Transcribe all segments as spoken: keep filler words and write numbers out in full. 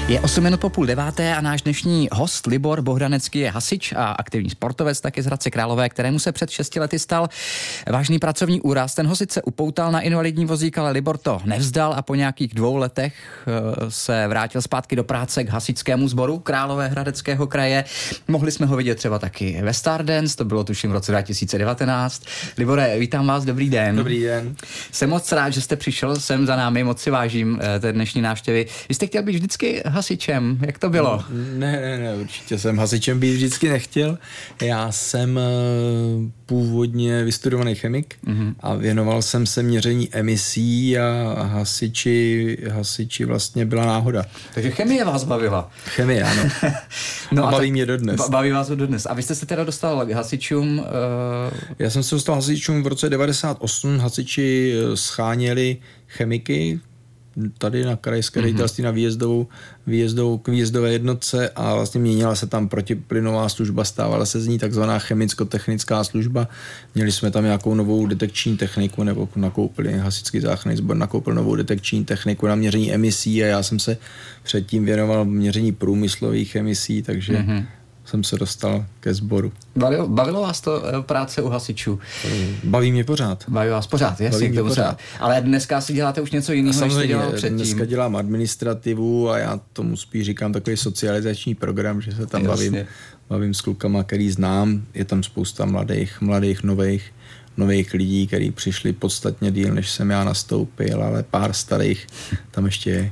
Je osm minut po půl deváté a náš dnešní host Libor Bohdanecký je hasič a aktivní sportovec taky z Hradce Králové, kterému se před šesti lety stal vážný pracovní úraz. Ten ho sice upoutal na invalidní vozík, ale Libor to nevzdal a po nějakých dvou letech se vrátil zpátky do práce k hasičskému sboru Královéhradeckého kraje. Mohli jsme ho vidět třeba taky ve Stardance, to bylo tuším v roce dva tisíce devatenáct. Libore, vítám vás, dobrý den. Dobrý den. Jsem moc rád, že jste přišel sem za námi, moc si vážím té dnešní návštěvy. Vy jste chtěl být vždycky hasičem, jak to bylo? No, ne, ne, ne, určitě jsem hasičem být vždycky nechtěl. Já jsem původně vystudovaný chemik mm-hmm. a věnoval jsem se měření emisí a hasiči, hasiči vlastně byla náhoda. Takže chemie vás bavila? Chemie, ano. no a, a baví tak, mě dodnes. Baví vás to dodnes. A vy jste se teda dostal k hasičům? Uh... Já jsem se dostal hasičům v roce devadesát osm. Hasiči scháněli chemiky tady na krajské ředitelství mm-hmm. na výjezdovou, výjezdovou, k výjezdové jednotce a vlastně měnila se tam protiplynová služba, stávala se z ní takzvaná chemicko-technická služba. Měli jsme tam nějakou novou detekční techniku, nebo nakoupili hasičský záchranný sbor, nakoupil novou detekční techniku na měření emisí a já jsem se předtím věnoval měření průmyslových emisí, takže mm-hmm. jsem se dostal ke sboru. Bavilo, bavilo vás to práce u hasičů? Baví mě pořád. Baví vás pořád, jasně. Baví mě pořád. Ale dneska si děláte už něco jiného, než jste dělal předtím. Dneska dělám administrativu a já tomu spíš říkám takový socializační program, že se tam bavím, bavím s klukama, který znám. Je tam spousta mladých, mladých, nových, nových lidí, kteří přišli podstatně díl, než jsem já nastoupil, ale pár starých tam ještě je.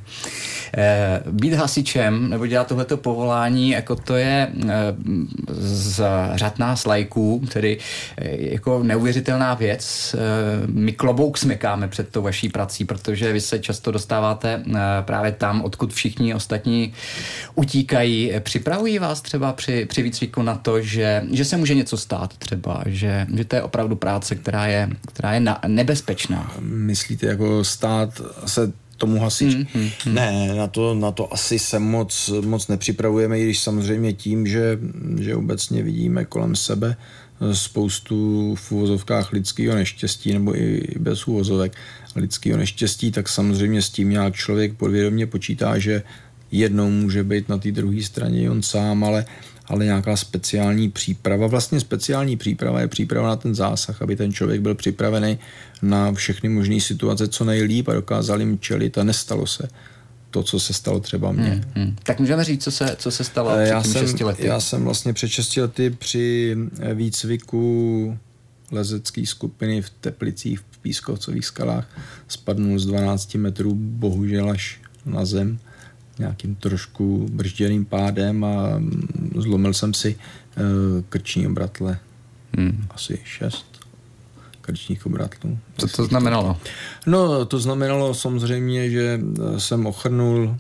Být hasičem nebo dělat tohleto povolání, jako to je z řad nás lajků, tedy jako neuvěřitelná věc. My klobouk smykáme před tou vaší prací, protože vy se často dostáváte právě tam, odkud všichni ostatní utíkají. Připravují vás třeba při, při výcviku na to, že, že se může něco stát třeba, že, že to je opravdu práce, která je, která je na, nebezpečná. Myslíte jako stát se tomu hasič? Mm, mm, mm. Ne, na to, na to asi se moc, moc nepřipravujeme, i když samozřejmě tím, že, že obecně vidíme kolem sebe spoustu v uvozovkách lidského neštěstí, nebo i bez uvozovek lidského neštěstí, tak samozřejmě s tím nějak člověk podvědomě počítá, že jednou může být na té druhé straně on sám, ale ale nějaká speciální příprava. Vlastně speciální příprava je příprava na ten zásah, aby ten člověk byl připravený na všechny možné situace co nejlíp a dokázal jim čelit a nestalo se to, co se stalo třeba mně. Hmm, hmm. Tak můžeme říct, co se, co se stalo před tím šesti lety? Já jsem vlastně před šesti lety při výcviku lezecké skupiny v Teplicích v Pískovcových skalách spadnul z dvanácti metrů bohužel až na zem nějakým trošku bržděným pádem a zlomil jsem si uh, krční obratle. Hmm. Asi šest krčních obratlů. Co to znamenalo? No, to znamenalo samozřejmě, že jsem ochrnul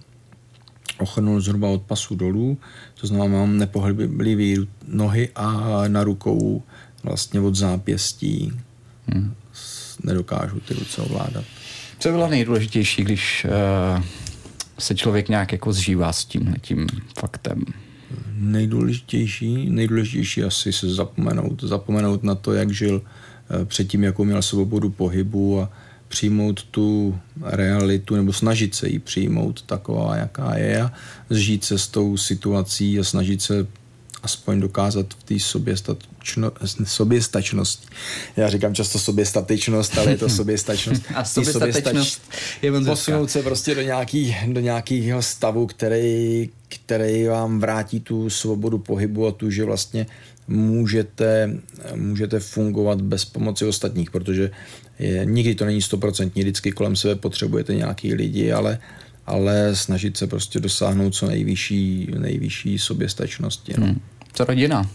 ochrnul zhruba od pasu dolů, to znamená, mám nepohyblivé nohy a na rukou vlastně od zápěstí hmm. nedokážu ty ruce ovládat. Co bylo nejdůležitější, když uh... se člověk nějak jako zžívá s tímhletím faktem? Nejdůležitější, nejdůležitější asi se zapomenout, zapomenout na to, jak žil předtím, jakou měl svobodu pohybu a přijmout tu realitu, nebo snažit se ji přijmout taková, jaká je a zžít se s tou situací a snažit se aspoň dokázat v té soběstačno, soběstačnosti. Já říkám často soběstatečnost, ale je to soběstačnost. A soběstatečnost je posunout se prostě do, nějaký, do nějakého stavu, který, který vám vrátí tu svobodu pohybu a tu, že vlastně můžete, můžete fungovat bez pomoci ostatních, protože je, nikdy to není stoprocentní, vždycky kolem sebe potřebujete nějaký lidi, ale ale snažit se prostě dosáhnout co nejvyšší, nejvyšší soběstačnosti. No. Hmm. Co rodina?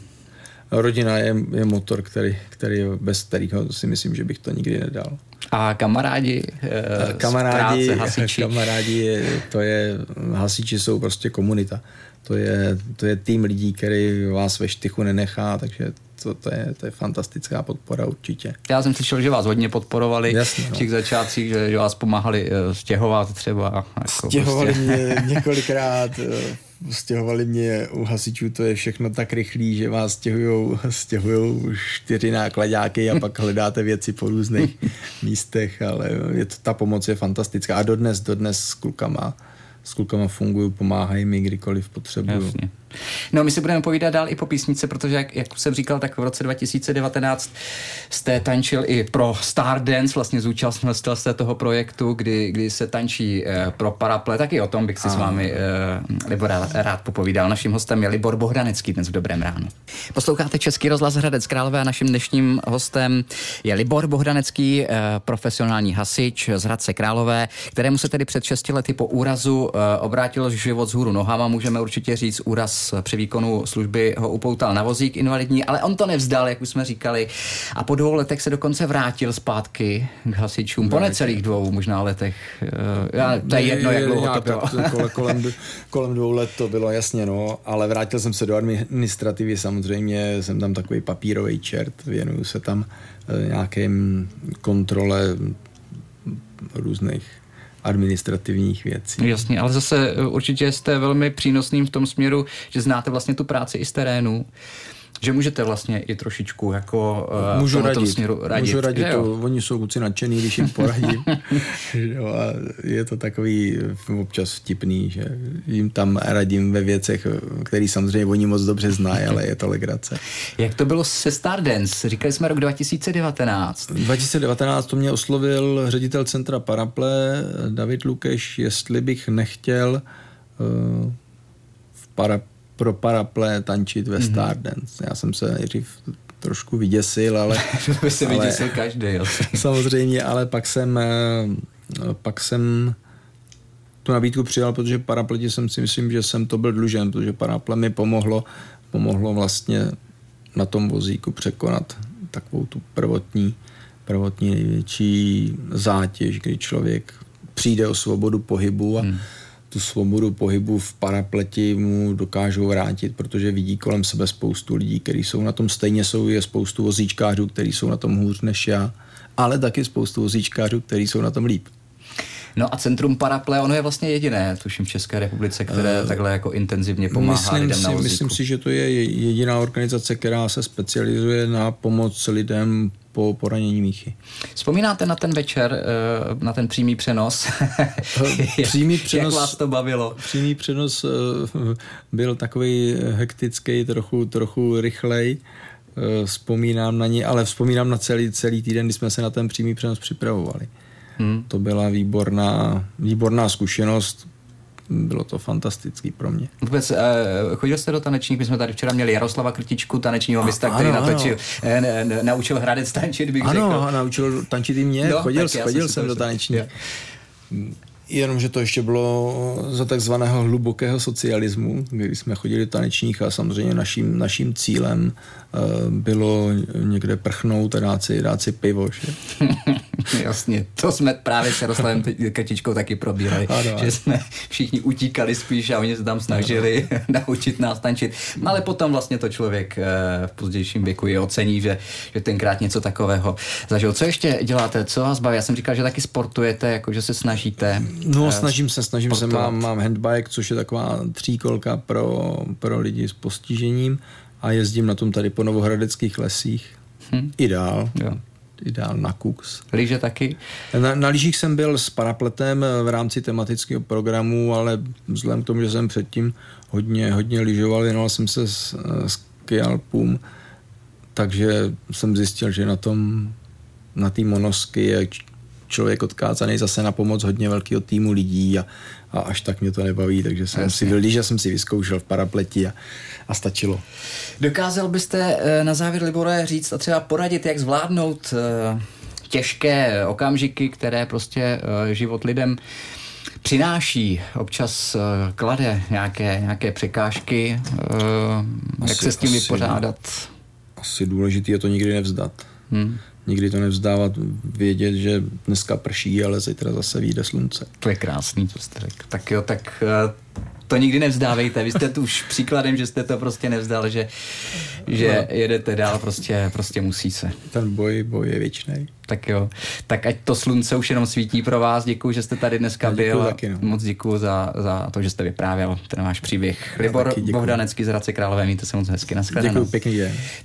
Rodina je, je motor, který, který bez kterého si myslím, že bych to nikdy nedal. A kamarádi, A kamarádi, z práce, hasiči? Kamarádi, je, to je, hasiči jsou prostě komunita. To je, to je tým lidí, který vás ve štychu nenechá, takže to, to, je, to je fantastická podpora určitě. Já jsem slyšel, že vás hodně podporovali. Jasně, no. V těch začátcích, že, že vás pomáhali stěhovat třeba. Jako stěhovali prostě. mě několikrát, stěhovali mě u hasičů, to je všechno tak rychlý, že vás stěhujou, stěhujou čtyři nákladáky a pak hledáte věci po různých místech, ale je to, ta pomoc je fantastická. A dodnes, dodnes s klukama s klukama fungují, pomáhají mi kdykoliv potřebuju. Jasně. No, my si budeme povídat dál i po písnice, protože, jak, jak jsem říkal, tak v roce dva tisíce devatenáct jste tančil i pro Stardance, vlastně zúčastnil jste se toho projektu, kdy, kdy se tančí eh, pro Paraple, taky o tom bych si a... s vámi eh, Libor rád popovídal. Naším hostem je Libor Bohdanecký dnes v Dobrém ránu. Posloucháte Český rozhlas Hradec Králové a naším dnešním hostem je Libor Bohdanecký, eh, profesionální hasič z Hradce Králové, kterému se tedy před šesti lety po úrazu eh, obrátil život vzhůru nohama, můžeme určitě říct úraz při výkonu služby ho upoutal na vozík invalidní, ale on to nevzdal, jak už jsme říkali, a po dvou letech se dokonce vrátil zpátky k hasičům. Po necelých dvou možná letech. Já, to je jedno, jak dlouho to bylo. Kolem, kolem, kolem dvou let to bylo, jasně, no, ale vrátil jsem se do administrativy, samozřejmě jsem tam takový papírový čert, věnuju se tam nějakým kontrole různých administrativních věcí. Jasně, ale zase určitě jste velmi přínosným v tom směru, že znáte vlastně tu práci i z terénu, že můžete vlastně i trošičku jako uh, můžu v tomto radit, směru radit. Můžu radit, to, oni jsou kluci nadšený, když jim poradím. Jo, a je to takový občas vtipný, že jim tam radím ve věcech, které samozřejmě oni moc dobře znají, ale je to legrace. Jak to bylo se Stardance? Říkali jsme rok dva tisíce devatenáct. dva tisíce devatenáct to mě oslovil ředitel centra Paraple David Lukeš, jestli bych nechtěl uh, v Paraple pro Paraple tančit ve Stardance. Já jsem se nejdřív trošku vyděsil, ale... by se ale, vyděsil každý. Samozřejmě, ale pak jsem pak jsem tu nabídku přijal, protože Parapleti jsem si myslím, že jsem to byl dlužen, protože Paraple mi pomohlo, pomohlo vlastně na tom vozíku překonat takovou tu prvotní, prvotní největší zátěž, kdy člověk přijde o svobodu pohybu a hmm. tu svobodu pohybu v parapleti mu dokážou vrátit, protože vidí kolem sebe spoustu lidí, kteří jsou na tom stejně, jsou je spoustu vozíčkářů, kteří jsou na tom hůř než já, ale taky spoustu vozíčkářů, kteří jsou na tom líp. No a Centrum Paraple, ono je vlastně jediné, tuším v České republice, které uh, takhle jako intenzivně pomáhá myslím lidem si, na vozíku. Myslím si, že to je jediná organizace, která se specializuje na pomoc lidem po poranění míchy. Vzpomínáte na ten večer, na ten přímý přenos? Přímý přenos, jak vás to bavilo? Přímý přenos byl takový hektický, trochu, trochu rychlej. Vzpomínám na něj, ale vzpomínám na celý, celý týden, kdy jsme se na ten přímý přenos připravovali. Hmm. To byla výborná, výborná zkušenost. Bylo to fantastický pro mě. Vůbec, uh, chodil jste do tanečních? My jsme tady včera měli Jaroslava Krtičku, tanečního mista, který ano, natočil, ano. Ne, ne, naučil Hradec tančit, bych ano, řekl. Ano, naučil tančit i mě. No, chodil chodil jsem do tanečních. Jenomže to ještě bylo za takzvaného hlubokého socialismu, kdy jsme chodili do tanečních a samozřejmě naším, naším cílem uh, bylo někde prchnout a dát si, dát si pivo. Že? Jasně, to jsme právě s Jaroslavem Krtičkou taky probírali, ano, že jsme všichni utíkali spíš a oni se tam snažili ano. naučit nás tančit. Ale potom vlastně to člověk v pozdějším věku je ocení, že, že tenkrát něco takového zažil. Co ještě děláte? Co vás baví? Já jsem říkal, že taky sportujete, jako že se snažíte. No, snažím se, snažím sportovat. se. Mám, mám handbike, což je taková tříkolka pro, pro lidi s postižením a jezdím na tom tady po novohradeckých lesích. Hm. I dál. Jo. Ideál na Kux. Lyže taky? Na, na lyžích jsem byl s Parapletem v rámci tematického programu, ale vzhledem k tomu, že jsem předtím hodně, hodně lyžoval, věnoval jsem se s, s skialpům, takže jsem zjistil, že na tom, na té monosky je člověk odkázaný zase na pomoc hodně velkého týmu lidí a, a až tak mě to nebaví, takže jsem Jasně. si vylížel, jsem si vyzkoušel v parapleti a, a stačilo. Dokázal byste na závěr, Libore, říct a třeba poradit, jak zvládnout těžké okamžiky, které prostě život lidem přináší, občas klade nějaké, nějaké překážky, asi, jak se s tím asi, vypořádat? Asi důležité je to nikdy nevzdat. Hmm. Nikdy to nevzdávat, vědět, že dneska prší, ale zítra zase vyjde slunce. To je krásný, co jste řekl. Tak jo, tak to nikdy nevzdávejte. Vy jste tu už příkladem, že jste to prostě nevzdal, že, že no. jedete dál, prostě, prostě musí se. Ten boj, boj je věčnej. Tak jo, tak ať to slunce už jenom svítí pro vás. Děkuju, že jste tady dneska byl. Taky, no. Moc děkuju za, za to, že jste vyprávěl ten váš příběh. Libor Bohdanecký z Hradce Králové, mějte se moc hezky. Nashledanou. Děkuju, pěkný den.